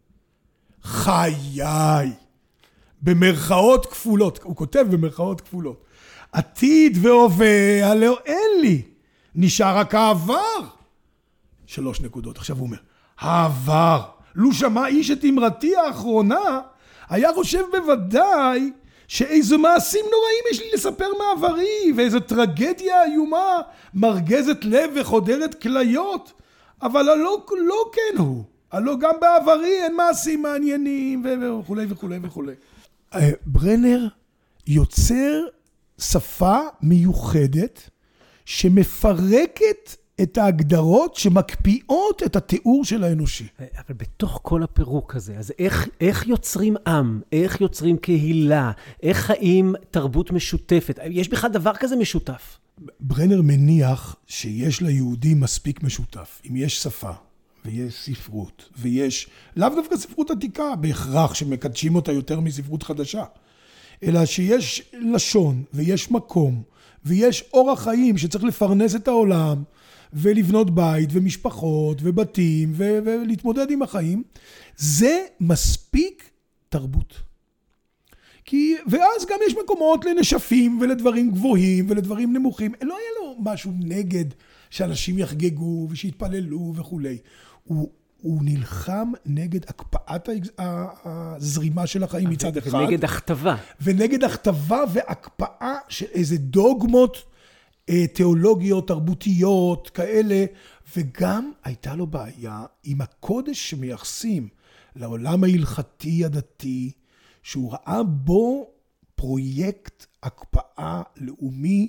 חיי. במרכאות כפולות. הוא כותב במרכאות כפולות. עתיד והווה, הלא אין לי. נשאר רק העבר. 3 נקודות. עכשיו הוא אומר, העבר. לו שמע איש את אמרתי האחרונה, היה חושב בוודאי שאיזו מעשים נוראים יש לי לספר מעברי, ואיזו טרגדיה איומה, מרגזת לב וחודרת כליות, אבל הלא לא כן הוא. הלא גם בעברי אין מעשים מעניינים וכו' וכו' וכו'. ברנר יוצר שפה מיוחדת שמפרקת את ההגדרות שמקפיאות את התיאור של האנושי. אבל בתוך כל הפירוק הזה, אז איך יוצרים עם? איך יוצרים קהילה? איך חיים תרבות משותפת? יש בכלל דבר כזה משותף? ברנר מניח שיש ליהודים מספיק משותף. אם יש שפה ויש ספרות ויש, לאו דווקא ספרות עתיקה בהכרח שמקדשים אותה יותר מספרות חדשה, אלא שיש לשון ויש מקום ויש אורח חיים שצריך לפרנס את העולם, ולבנות בית ומשפחות ובתים ולהתמודד עם החיים, זה מספיק תרבות. ואז גם יש מקומות לנשפים ולדברים גבוהים ולדברים נמוכים. לא היה לו משהו נגד שאנשים יחגגו ושיתפללו וכו'. הוא נלחם נגד הקפאת הזרימה של החיים מצד אחד. ונגד הכתבה. ונגד הכתבה והקפאה של איזה דוגמות תיאולוגיות, תרבותיות, כאלה, וגם הייתה לו בעיה עם הקודש שמייחסים לעולם ההלכתי הדתי, שהוא ראה בו פרויקט הקפאה לאומי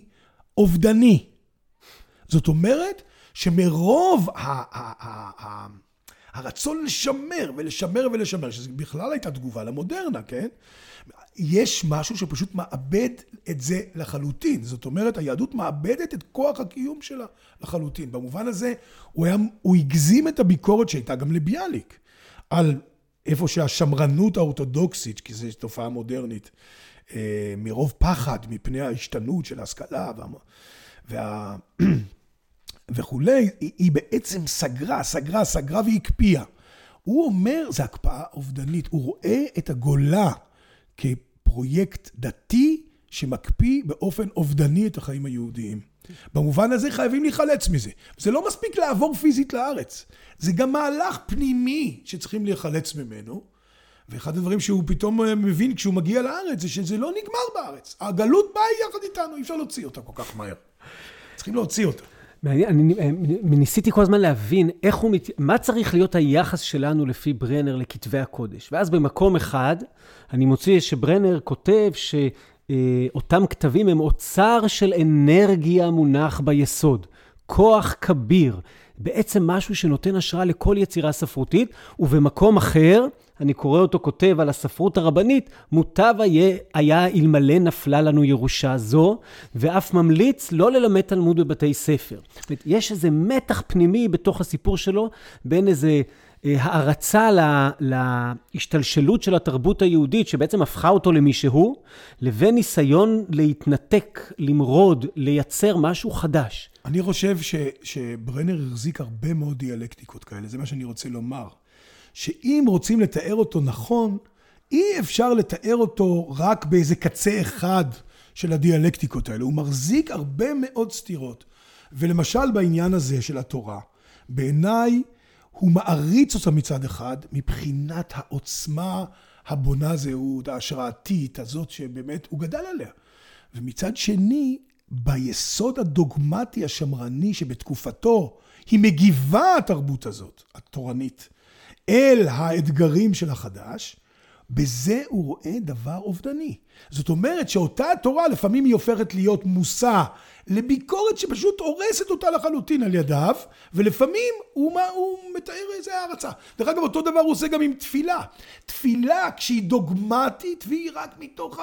אובדני. זאת אומרת שמרוב הרצון לשמר ולשמר ולשמר, שזה בכלל הייתה תגובה למודרנה, כן? יש משהו שפשוט מאבד את זה לחלוטין. זאת אומרת, היהדות מאבדת את כוח הקיום שלה לחלוטין. במובן הזה, הוא הגזים את הביקורת שהייתה גם לביאליק, על איפה שהשמרנות האורתודוקסית, כי זו תופעה מודרנית, מרוב פחד, מפני ההשתנות של ההשכלה וכולי, היא בעצם סגרה והקפיאה. הוא אומר, זה הקפאה אובדנית. הוא רואה את הגולה כפרויקט דתי שמקפיא באופן אובדני את החיים היהודיים. במובן הזה חייבים להיחלץ מזה. זה לא מספיק לעבור פיזית לארץ. זה גם מהלך פנימי שצריכים להיחלץ ממנו. ואחד הדברים שהוא פתאום מבין כשהוא מגיע לארץ, זה שזה לא נגמר בארץ. הגלות באה יחד איתנו, אי אפשר להוציא אותה כל כך מהר. צריכים להוציא אותה. אני ניסיתי כל הזמן להבין מה צריך להיות היחס שלנו לפי ברנר לכתבי הקודש. ואז במקום אחד אני מוציא שברנר כותב שאותם כתבים הם אוצר של אנרגיה מונח ביסוד, כוח כביר, בעצם משהו שנותן השראה לכל יצירה ספרותית, ובמקום אחר, אני קורא אותו כותב על הספרות הרבנית, מוטב היה אלמלא נפלה לנו ירושה זו, ואף ממליץ לא ללמד תלמוד בבתי ספר. יש איזה מתח פנימי בתוך הסיפור שלו, בין איזה הערצה להשתלשלות של התרבות היהודית, שבעצם הפכה אותו למישהו, לבין ניסיון להתנתק, למרוד, לייצר משהו חדש. אני חושב שברנר החזיק הרבה מאוד דיאלקטיקות כאלה, זה מה שאני רוצה לומר. שאם רוצים לתאר אותו נכון, אי אפשר לתאר אותו רק באיזה קצה אחד של הדיאלקטיקות האלה. הוא מחזיק הרבה מאוד סתירות. ולמשל בעניין הזה של התורה, בעיניי הוא מעריץ אותה מצד אחד, מבחינת העוצמה הבונה זהות, ההשראתית הזאת שבאמת הוא גדל עליה. ומצד שני, ביסוד הדוגמטי השמרני שבתקופתו, היא מגיבה התרבות הזאת, התורנית, אל האתגרים של החדש, בזה הוא רואה דבר אובדני. זאת אומרת שאותה התורה לפעמים היא הופכת להיות מושא לביקורת שפשוט הורסת אותה לחלוטין על ידיו, ולפעמים הוא מתאר איזה הערצה. דרך אגב, אותו דבר הוא עושה גם עם תפילה. תפילה כשהיא דוגמטית והיא רק מתוך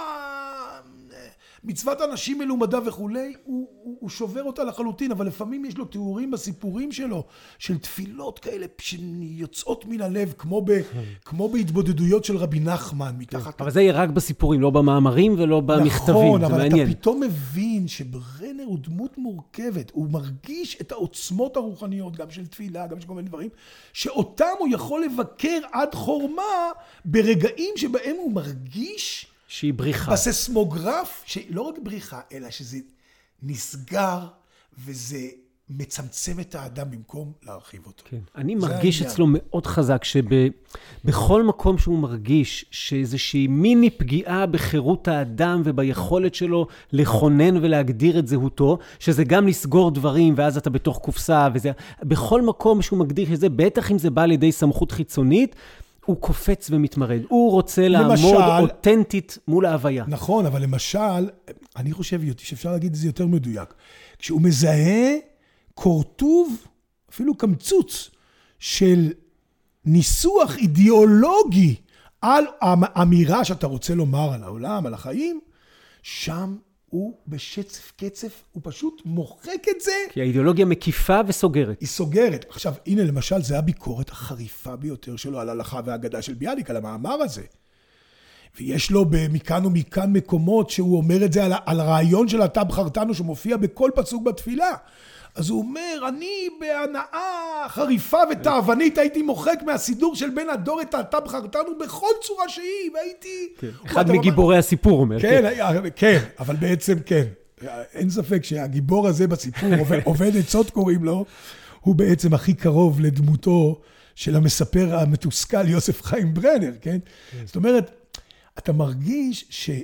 מצוות אנשים מלומדה וכולי, הוא שובר אותה לחלוטין, אבל לפעמים יש לו תיאורים בסיפורים שלו, של תפילות כאלה שיוצאות מן הלב, כמו בהתבודדויות של רבי נחמן מתחת. אבל זה יהיה רק בסיפורים, לא במאמרים ולא במכתבים, נכון, זה אבל מעניין. אתה פתאום מבין שברנר הוא דמות מורכבת, הוא מרגיש את העוצמות הרוחניות, גם של תפילה, גם של כל מיני דברים, שאותם הוא יכול לבקר עד חורמה, ברגעים שבהם הוא מרגיש שהיא בריחה. בססמוגרף, שלא רק בריחה, אלא שזה נסגר, וזה מצמצם את האדם במקום להרחיב אותו. כן. אני מרגיש אצלו מאוד חזק, שבכל מקום שהוא מרגיש שאיזושהי מיני פגיעה בחירות האדם, וביכולת שלו לכונן ולהגדיר את זהותו, שזה גם לסגור דברים, ואז אתה בתוך קופסה, וזה, בכל מקום שהוא מגדיר את זה, בטח אם זה בא לידי סמכות חיצונית, הוא קופץ ומתמרד. הוא רוצה לעמוד אותנטית מול ההוויה. נכון, אבל למשל, אני חושב שאפשר להגיד את זה יותר מדויק. כשהוא מזהה קורטוב, אפילו קמצוץ, של ניסוח אידיאולוגי על האמירה שאתה רוצה לומר על העולם, על החיים, שם הוא בשצף קצף, הוא פשוט מוחק את זה. כי האידיאולוגיה מקיפה וסוגרת. היא סוגרת. עכשיו, הנה למשל, זה הביקורת החריפה ביותר שלו על הלכה והאגדה של ביאליק, על המאמר הזה. ויש לו מכאן ומכאן מקומות שהוא אומר את זה על הרעיון של אתה בחרתנו שמופיע בכל פסוק בתפילה. אז הוא אומר, אני בהנאה חריפה ותאוונית הייתי מוחק מהסידור של בן הדור את אתה בחרתנו בכל צורה שהיא, והייתי... כן. אחד מגיבורי הסיפור אומר. כן, אבל בעצם כן. אין ספק שהגיבור הזה בסיפור, עובד עצות קוראים לו, הוא בעצם הכי קרוב לדמותו של המספר המתוסכל יוסף חיים ברנר, כן? זאת אומרת, אתה מרגיש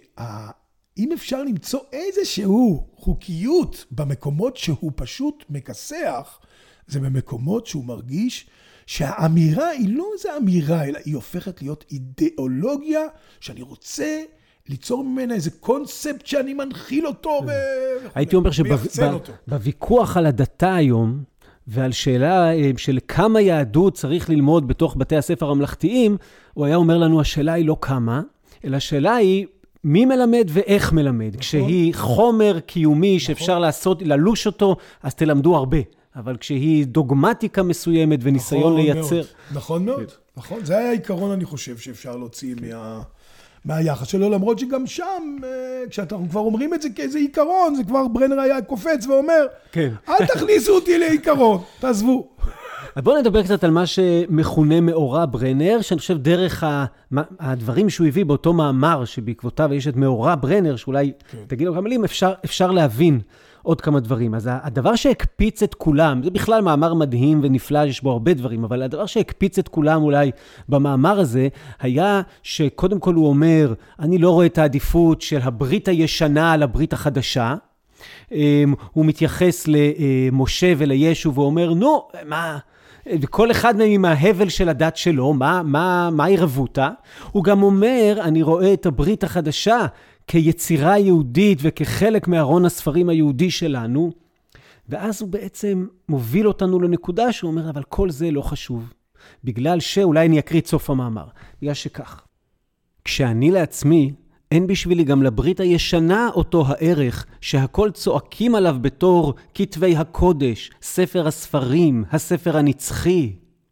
אם אפשר למצוא איזשהו חוקיות במקומות שהוא פשוט מכסח, זה במקומות שהוא מרגיש שהאמירה היא לא איזו אמירה, אלא היא הופכת להיות אידיאולוגיה שאני רוצה ליצור ממנה איזה קונספט שאני מנחיל אותו. הייתי אומר שבוויכוח על הדתה היום, ועל שאלה של כמה יהדות צריך ללמוד בתוך בתי הספר הממלכתיים, הוא היה אומר לנו, השאלה היא לא כמה, אלא השאלה היא מי מלמד ואיך מלמד. נכון. כשהיא חומר קיומי שאפשר לעשות, ללוש אותו, אז תלמדו הרבה. אבל כשהיא דוגמטיקה מסוימת וניסיון נכון לייצר... מאוד. נכון מאוד, נכון. זה היה העיקרון, אני חושב, שאפשר להוציא מהיחס שלו, למרות שגם שם, כשאנחנו כבר אומרים את זה כאיזה עיקרון, זה כבר ברנר היה קופץ ואומר, כן. אל תכניסו אותי לעיקרון, תעזבו. אז בואו נדבר קצת על מה שמכונה מאורע ברנר, שאני חושב דרך הדברים שהוא הביא באותו מאמר, שבעקבותיו יש את מאורע ברנר, שאולי תגידו כמה מילים, אפשר להבין עוד כמה דברים. אז הדבר שהקפיץ את כולם, זה בכלל מאמר מדהים ונפלא, יש בו הרבה דברים, אבל הדבר שהקפיץ את כולם אולי במאמר הזה, היה שקודם כל הוא אומר, אני לא רואה את העדיפות של הברית הישנה על הברית החדשה, הוא מתייחס למשה ולישו ואומר, נו, מה... וכל אחד מהם עם ההבל של הדת שלו, מה ערבותה? הוא גם אומר, אני רואה את הברית החדשה כיצירה יהודית וכחלק מארון הספרים היהודי שלנו, ואז הוא בעצם מוביל אותנו לנקודה שהוא אומר, אבל כל זה לא חשוב, בגלל שאולי אני אקריא את סוף המאמר, בגלל שכך. כשאני לעצמי, אין בשבילי גם לברית הישנה אותו הערך שהכל צועקים עליו בתור כתבי הקודש, ספר הספרים, הספר הנצחי.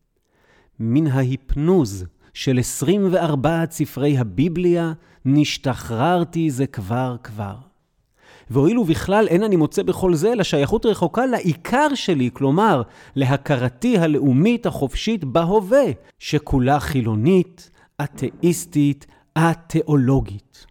מן ההיפנוז של 24 ספרי הביבליה נשתחררתי זה כבר. והואילו בכלל אין אני מוצא בכל זה לשייכות רחוקה לעיקר שלי, כלומר להכרתי הלאומית החופשית בהווה, שכולה חילונית, אתאיסטית, התיאולוגית.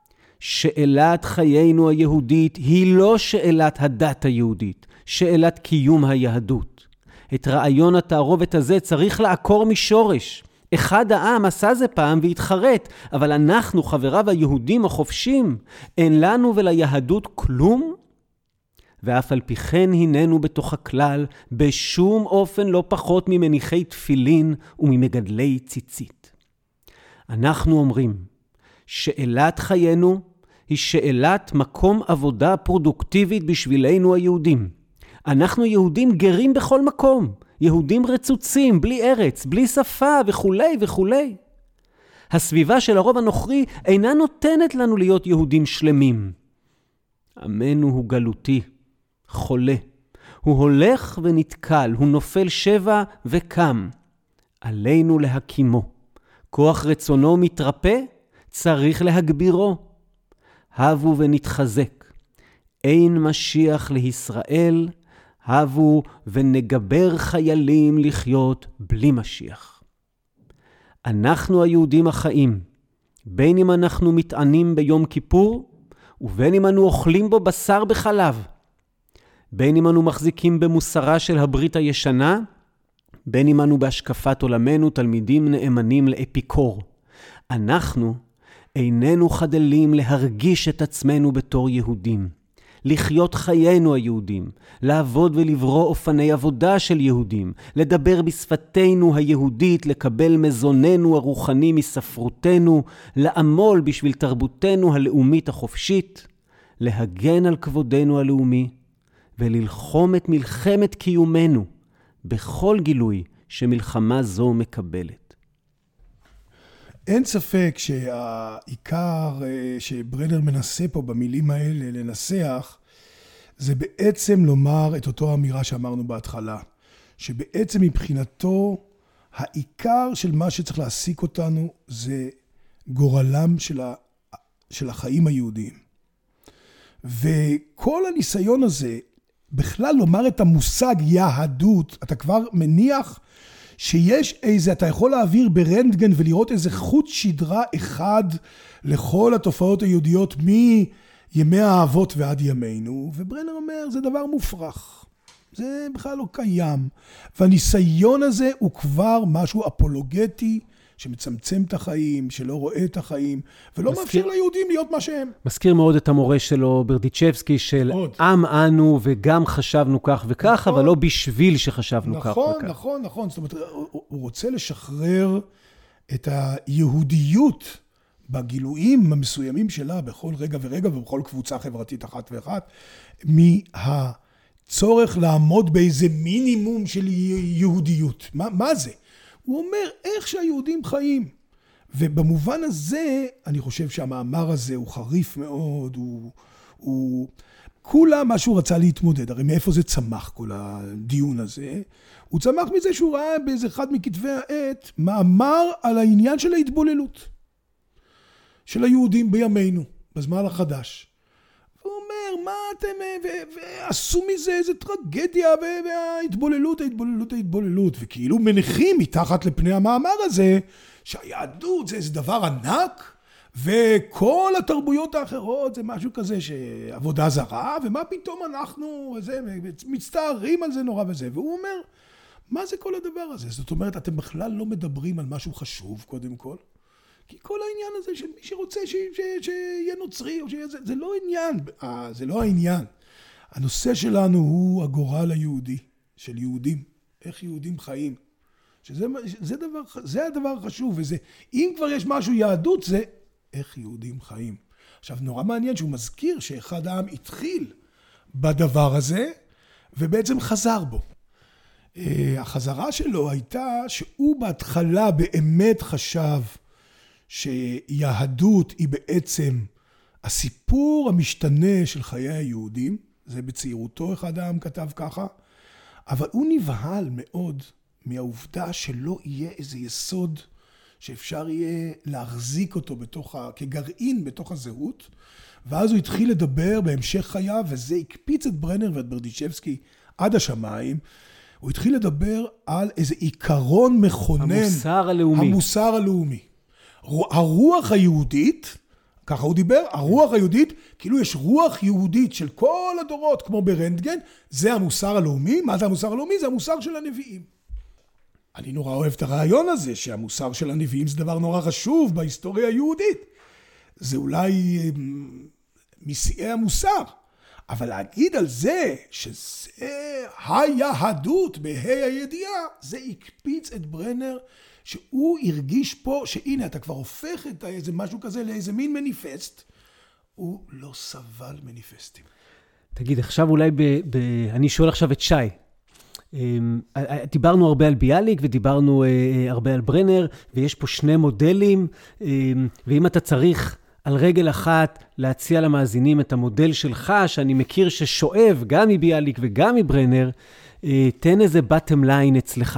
שאלת חיינו היהודית היא לא שאלת הדת היהודית, שאלת קיום היהדות. את רעיון התערובת הזה צריך לעקור משורש. אחד העם עשה זה פעם והתחרט, אבל אנחנו, חבריו היהודים החופשים, אין לנו וליהדות כלום? ואף על פי כן הננו בתוך הכלל, בשום אופן לא פחות ממניחי תפילין וממגדלי ציצית. אנחנו אומרים, שאלת חיינו היא שאלת מקום עבודה פרודוקטיבית בשבילנו היהודים. אנחנו יהודים גרים בכל מקום, יהודים רצוצים, בלי ארץ, בלי שפה וכו'. הסביבה של הרוב הנוכרי אינה נותנת לנו להיות יהודים שלמים. עמנו הוא גלותי, חולה. הוא הולך ונתקל, הוא נופל שבע וקם. עלינו להקימו. כוח רצונו מתרפא, צריך להגבירו. הבו ונתחזק. אין משיח לישראל, הבו ונגבר חיילים לחיות בלי משיח. אנחנו היהודים החיים, בין אם אנחנו מתענים ביום כיפור, ובין אם אנו אוכלים בו בשר בחלב, בין אם אנו מחזיקים במוסרה של הברית הישנה, בין אם אנו בהשקפת עולמנו תלמידים נאמנים לאפיקור. אנחנו איננו חדלים להרגיש את עצמנו בתור יהודים, לחיות חיינו היהודים, לעבוד ולברוא אופני עבודה של יהודים, לדבר בשפתנו היהודית, לקבל מזוננו הרוחני מספרותנו, לעמול בשביל תרבותנו הלאומית החופשית, להגן על כבודנו הלאומי, וללחום את מלחמת קיומנו, בכל גילוי שמלחמה זו מקבלת. אין ספק שהעיקר שברנר מנסה פה במילים האלה לנסח, זה בעצם לומר את אותו אמירה שאמרנו בהתחלה, שבעצם מבחינתו העיקר של מה שצריך להעסיק אותנו זה גורלם של החיים היהודיים. וכל הניסיון הזה, בכלל לומר את המושג יהדות, אתה כבר מניח שיש איזה, אתה יכול להעביר ברנטגן ולראות איזה חוט שדרה אחד לכל התופעות היהודיות מימי האבות ועד ימינו, וברנר אומר, זה דבר מופרך. זה בכלל לא קיים. והניסיון הזה הוא כבר משהו אפולוגטי, שמצמצם את החיים, שלא רואה את החיים, ולא מאפשר ליהודים להיות מה שהם. מזכיר מאוד את המורה שלו, ברדיצ'בסקי, של עם אנו וגם חשבנו כך וכך, אבל לא בשביל שחשבנו כך וכך. נכון. זאת אומרת, הוא רוצה לשחרר את היהודיות בגילויים המסוימים שלה, בכל רגע ורגע ובכל קבוצה חברתית אחת ואחת, צורך לעמוד באיזה מינימום של יהודיות. מה זה? הוא אומר איך שהיהודים חיים. ובמובן הזה, אני חושב שהמאמר הזה הוא חריף מאוד, הוא כולה מה שהוא רצה להתמודד. הרי מאיפה זה צמח כל הדיון הזה? הוא צמח מזה שהוא ראה באיזה אחד מכתבי העת מאמר על העניין של ההתבוללות של היהודים בימינו, בזמן החדש. והוא אומר, מה אתם, ועשו מזה איזה טרגדיה, וההתבוללות, וכאילו מניחים מתחת לפני המאמר הזה, שהיהדות זה איזה דבר ענק, וכל התרבויות האחרות זה משהו כזה שעבודה זרה, ומה פתאום אנחנו מצטערים על זה נורא וזה. והוא אומר, מה זה כל הדבר הזה? זאת אומרת, אתם בכלל לא מדברים על משהו חשוב קודם כל, כי כל העניין הזה של מי שרוצה שיהיה נוצרי, או שיהיה זה לא עניין, זה לא העניין. הנושא שלנו הוא הגורל היהודי, של יהודים, איך יהודים חיים. זה הדבר החשוב, וזה, אם כבר יש משהו יהדות, זה איך יהודים חיים. עכשיו, נורא מעניין שהוא מזכיר שאחד העם התחיל בדבר הזה, ובעצם חזר בו. החזרה שלו הייתה שהוא בהתחלה באמת חשב שיהדות היא בעצם הסיפור המשתנה של חיי היהודים, זה בצעירותו אחד העם כתב ככה, אבל הוא נבהל מאוד מהעובדה שלא יהיה איזה יסוד שאפשר יהיה להחזיק אותו כגרעין בתוך הזהות, ואז הוא התחיל לדבר בהמשך חייו, וזה הקפיץ את ברנר ואת ברדיצ'בסקי עד השמיים. הוא התחיל לדבר על איזה עיקרון מכונן. המוסר הלאומי. הרוח היהודית, ככה הוא דיבר, הרוח היהודית, כאילו יש רוח יהודית של כל הדורות, כמו ברנטגן, זה המוסר הלאומי. מה זה המוסר הלאומי? זה המוסר של הנביאים. אני נורא אוהב את הרעיון הזה, שהמוסר של הנביאים זה דבר נורא חשוב בהיסטוריה היהודית. זה אולי משיאי המוסר. אבל להגיד על זה, שזה היהדות בה"א הידיעה, זה הקפיץ את ברנר, שהוא הרגיש פה שהנה אתה כבר הופך את איזה משהו כזה לאיזה מין מניפסט. הוא לא סבל מניפסטים. תגיד, עכשיו אולי אני שואל עכשיו את שי. דיברנו הרבה על ביאליק ודיברנו הרבה על ברנר, ויש פה שני מודלים, ואם אתה צריך על רגל אחת להציע למאזינים את המודל שלך, שאני מכיר ששואב גם מביאליק וגם מברנר, תן איזה bottom line אצלך.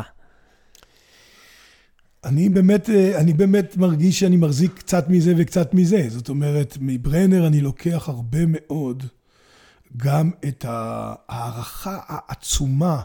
אני באמת מרגיש שאני מחזיק קצת מזה וקצת מזה. זאת אומרת, מברנר אני לוקח הרבה מאוד גם את הערכה העצומה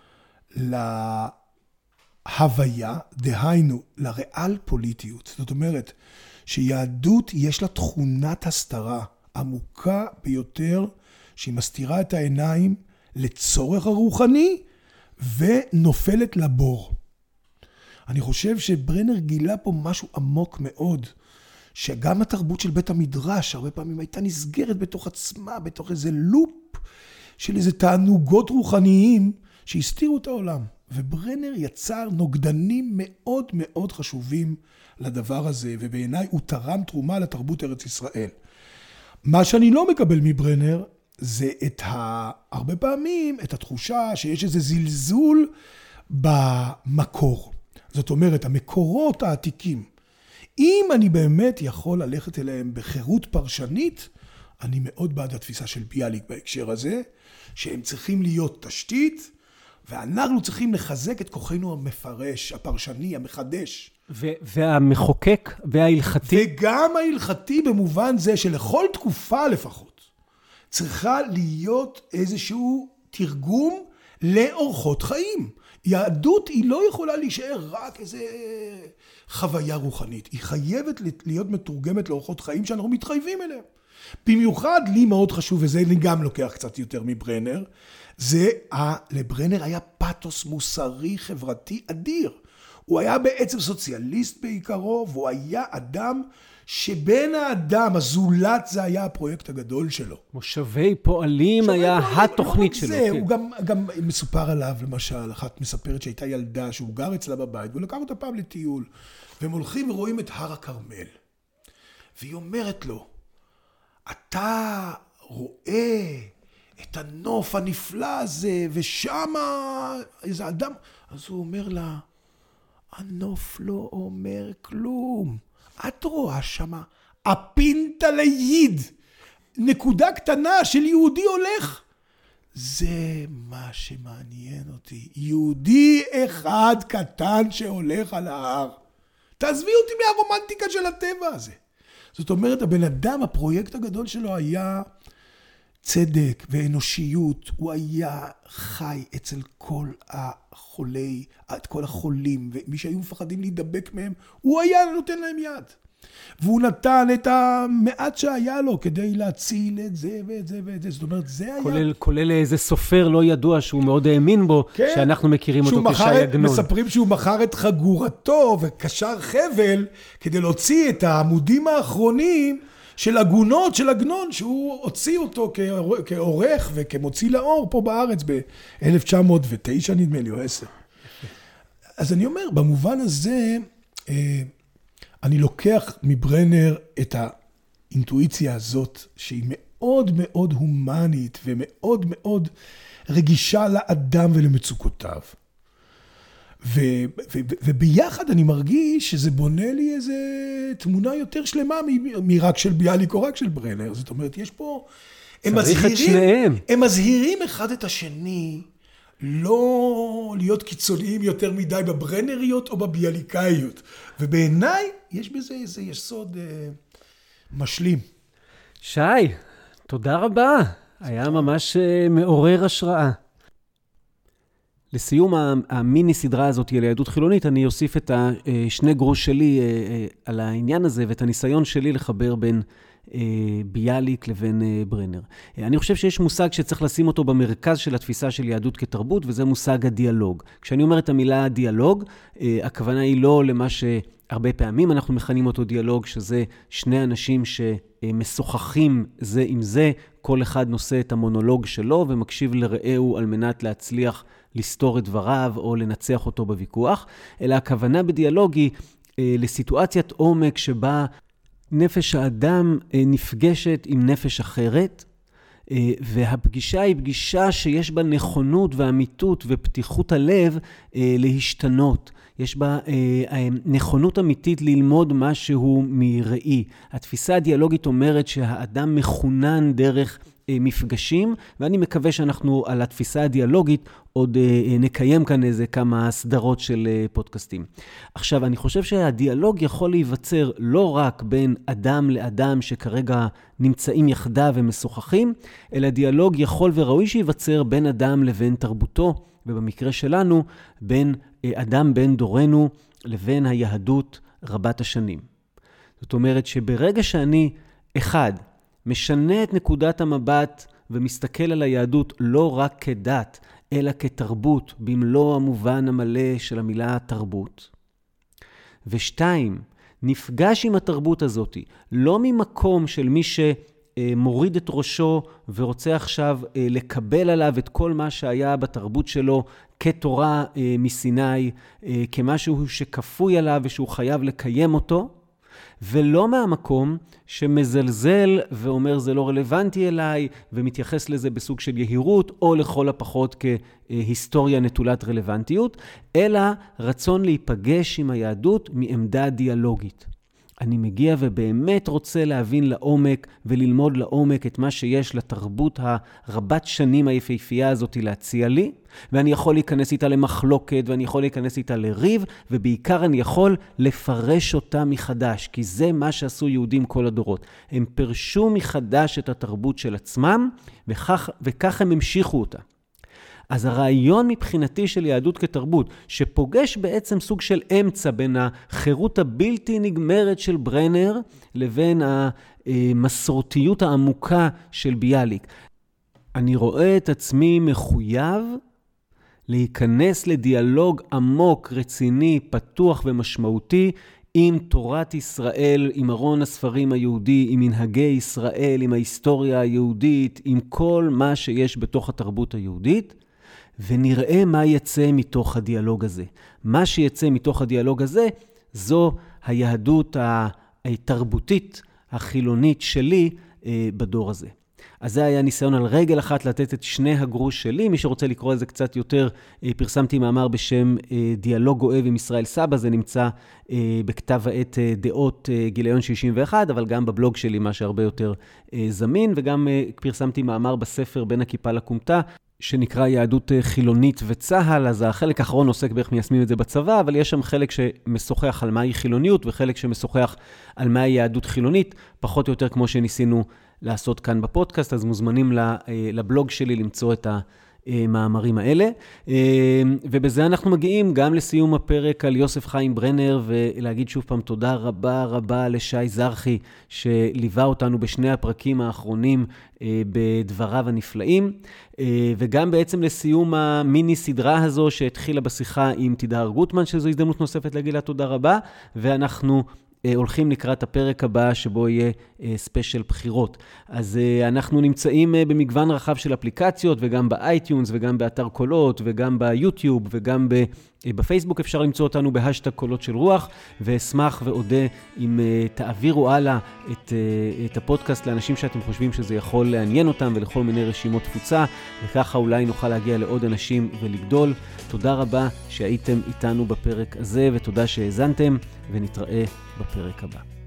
להוויה, דהיינו, לריאל פוליטיות. זאת אומרת, שיהדות יש לה תכונת הסתרה עמוקה ביותר, שהיא מסתירה את העיניים לצורך הרוחני ונופלת לבור. אני חושב שברנר גילה פה משהו עמוק מאוד, שגם התרבות של בית המדרש הרבה פעמים הייתה נסגרת בתוך עצמה, בתוך איזה לופ של איזה תענוגות רוחניים שהסתירו את העולם. וברנר יצר נוגדנים מאוד מאוד חשובים לדבר הזה, ובעיניי הוא תרם תרומה לתרבות ארץ ישראל. מה שאני לא מקבל מברנר, זה הרבה פעמים את התחושה שיש איזה זלזול במקור. זאת אומרת, המקורות העתיקים. אם אני באמת יכול ללכת אליהם בחירות פרשנית, אני מאוד בעד התפיסה של ביאליק בהקשר הזה, שהם צריכים להיות תשתית, ואנחנו צריכים לחזק את כוחנו המפרש, הפרשני, המחדש. והמחוקק וההלכתי. וגם ההלכתי במובן זה שלכל תקופה לפחות, צריכה להיות איזשהו תרגום לאורחות חיים. יהדות היא לא יכולה להישאר רק איזה חוויה רוחנית. היא חייבת להיות מתורגמת לאורחות חיים שאנחנו מתחייבים אליהם. במיוחד לי מאוד חשוב, וזה אני גם לוקח קצת יותר מברנר, זה לברנר היה פאתוס מוסרי חברתי אדיר. הוא היה בעצם סוציאליסט בעיקרו, והוא היה אדם שבין האדם, הזולת זה היה הפרויקט הגדול שלו. מושבי פועלים היה התוכנית שלו. זה, הוא גם מסופר עליו, למשל, אחת מספרת שהייתה ילדה שהוא גר אצלה בבית, והוא לקח אותה פעם לטיול, והם הולכים ורואים את הר הכרמל. והיא אומרת לו, אתה רואה את הנוף הנפלא הזה, ושמה איזה אדם, אז הוא אומר לה, הנוף לא אומר כלום. את רואה שמה, הפינטה ליד, נקודה קטנה של יהודי הולך. זה מה שמעניין אותי. יהודי אחד קטן שהולך על ההר. תעזבי אותי מהרומנטיקה של הטבע הזה. זאת אומרת, הבן אדם, הפרויקט הגדול שלו היה צדק ואנושיות. הוא היה חי אצל כל החולי, את כל החולים, ומי שהיו מפחדים להידבק מהם, הוא היה נותן להם יד. והוא נתן את המעט שהיה לו כדי להציל את זה ואת זה ואת זה. זאת אומרת, זה היה... כולל איזה סופר לא ידוע שהוא מאוד האמין בו, כן, שאנחנו מכירים אותו כשי עגנון. מספרים שהוא מכר את חגורתו וקשר חבל כדי להוציא את העמודים האחרונים של עגונות של עגנון, שהוא הוציא אותו כעורך וכמוציא לאור פה בארץ ב-1909 נדמה לי או 10. אז אני אומר, במובן הזה... אני לוקח מברנר את האינטואיציה הזאת, שהיא מאוד מאוד הומנית ומאוד מאוד רגישה לאדם ולמצוקותיו. וביחד אני מרגיש שזה בונה לי איזו תמונה יותר שלמה מרק של ביאליק או רק של ברנר. זאת אומרת, יש פה... צריך את שניהם. הם מזהירים אחד את השני... לא להיות קיצוניים יותר מדי בברנריות או בביאליקאיות. ובעיניי יש בזה איזה יסוד משלים. שי, תודה רבה. היה ממש מעורר השראה. לסיום המיני סדרה הזאת על היהדות חילונית, אני אוסיף את השני גרוש שלי על העניין הזה, ואת הניסיון שלי לחבר בין ביאליק לבין ברנר. אני חושב שיש מושג שצריך לשים אותו במרכז של התפיסה של יהדות כתרבות, וזה מושג הדיאלוג. כשאני אומר את המילה דיאלוג, הכוונה היא לא למה שהרבה פעמים אנחנו מכנים אותו דיאלוג, שזה שני אנשים שמשוחחים זה עם זה, כל אחד נושא את המונולוג שלו ומקשיב לרעהו על מנת להצליח לסתור את דבריו או לנצח אותו בוויכוח, אלא הכוונה בדיאלוג היא לסיטואציית עומק שבה נפש האדם נפגשת עם נפש אחרת, והפגישה היא פגישה שיש בה נכונות ואמיתות ופתיחות הלב להשתנות. יש בה נכונות אמיתית ללמוד משהו מראי. התפיסה הדיאלוגית אומרת שהאדם מכונן דרך מפגשים, ואני מקווה שאנחנו על התפיסה הדיאלוגית עוד נקיים כאן איזה כמה סדרות של פודקאסטים. עכשיו, אני חושב שהדיאלוג יכול להיווצר לא רק בין אדם לאדם שכרגע נמצאים יחדיו ומשוחחים, אלא דיאלוג יכול וראוי שיווצר בין אדם לבין תרבותו, ובמקרה שלנו, בין אדם בין דורנו לבין היהדות רבת השנים. זאת אומרת שברגע שאני אחד, משנה את נקודת המבט ומסתכל על היהדות לא רק כדת, אלא כתרבות, במלוא המובן המלא של המילה תרבות. ושתיים, נפגש עם התרבות הזאת, לא ממקום של מי שמוריד את ראשו ורוצה עכשיו לקבל עליו את כל מה שהיה בתרבות שלו כתורה מסיני, כמשהו שכפוי עליו ושהוא חייב לקיים אותו, ולא מהמקום שמזלזל ואומר זה לא רלוונטי אליי, ומתייחס לזה בסוג של יהירות, או לכל הפחות כהיסטוריה נטולת רלוונטיות, אלא רצון להיפגש עם היהדות מעמדה דיאלוגית. אני מגיע ובאמת רוצה להבין לעומק וללמוד לעומק את מה שיש לתרבות הרבת שנים היפהפייה הזאת להציע לי, ואני יכול להיכנס איתה למחלוקת, ואני יכול להיכנס איתה לריב, ובעיקר אני יכול לפרש אותה מחדש, כי זה מה שעשו יהודים כל הדורות. הם פרשו מחדש את התרבות של עצמם, וכך הם המשיכו אותה. אז הרעיון מבחינתי של יהדות כתרבות, שפוגש בעצם סוג של אמצע בין החירות הבלתי נגמרת של ברנר, לבין המסורתיות העמוקה של ביאליק. אני רואה את עצמי מחויב להיכנס לדיאלוג עמוק, רציני, פתוח ומשמעותי, עם תורת ישראל, עם ארון הספרים היהודי, עם מנהגי ישראל, עם ההיסטוריה היהודית, עם כל מה שיש בתוך התרבות היהודית, ונראה מה יצא מתוך הדיאלוג הזה. מה שיצא מתוך הדיאלוג הזה, זו היהדות התרבותית, החילונית שלי בדור הזה. אז זה היה ניסיון על רגל אחת לתת את שני הגרוש שלי. מי שרוצה לקרוא את זה קצת יותר, פרסמתי מאמר בשם דיאלוג אוהב עם ישראל סבא, זה נמצא בכתב העת דעות גיליון 61, אבל גם בבלוג שלי, מה שהרבה יותר זמין, וגם פרסמתי מאמר בספר בין הכיפה לקומתה, שנקרא יהדות חילונית וצהל. אז החלק האחרון עוסק באיך מיישמים את זה בצבא, אבל יש שם חלק שמשוחח על מהי חילוניות, וחלק שמשוחח על מהי יהדות חילונית, פחות או יותר כמו שניסינו לעשות כאן בפודקאסט, אז מוזמנים לבלוג שלי למצוא את המאמרים האלה. ובזה אנחנו מגיעים גם לסיום הפרק על יוסף חיים ברנר, ולהגיד שוב פעם תודה רבה רבה לשי זרחי, שליווה אותנו בשני הפרקים האחרונים בדבריו הנפלאים, וגם בעצם לסיום המיני סדרה הזו שהתחילה בשיחה עם תדהר גוטמן, שזו הזדמנות נוספת להגיד לה תודה רבה, ואנחנו הולכים לקראת הפרק הבא שבו יהיה ספיישל בחירות. אז אנחנו נמצאים במגוון רחב של אפליקציות, וגם באייטיונס, וגם באתר קולות, וגם ביוטיוב, וגם בפייסבוק אפשר למצוא אותנו בהשטג קולות של רוח, ואשמח ואודה אם תעבירו הלאה את הפודקאסט לאנשים שאתם חושבים שזה יכול לעניין אותם, ולכל מיני רשימות תפוצה, וככה אולי נוכל להגיע לעוד אנשים ולגדול. תודה רבה שהייתם איתנו בפרק הזה, ותודה שהאזנתם, ונתראה בפרק הבא.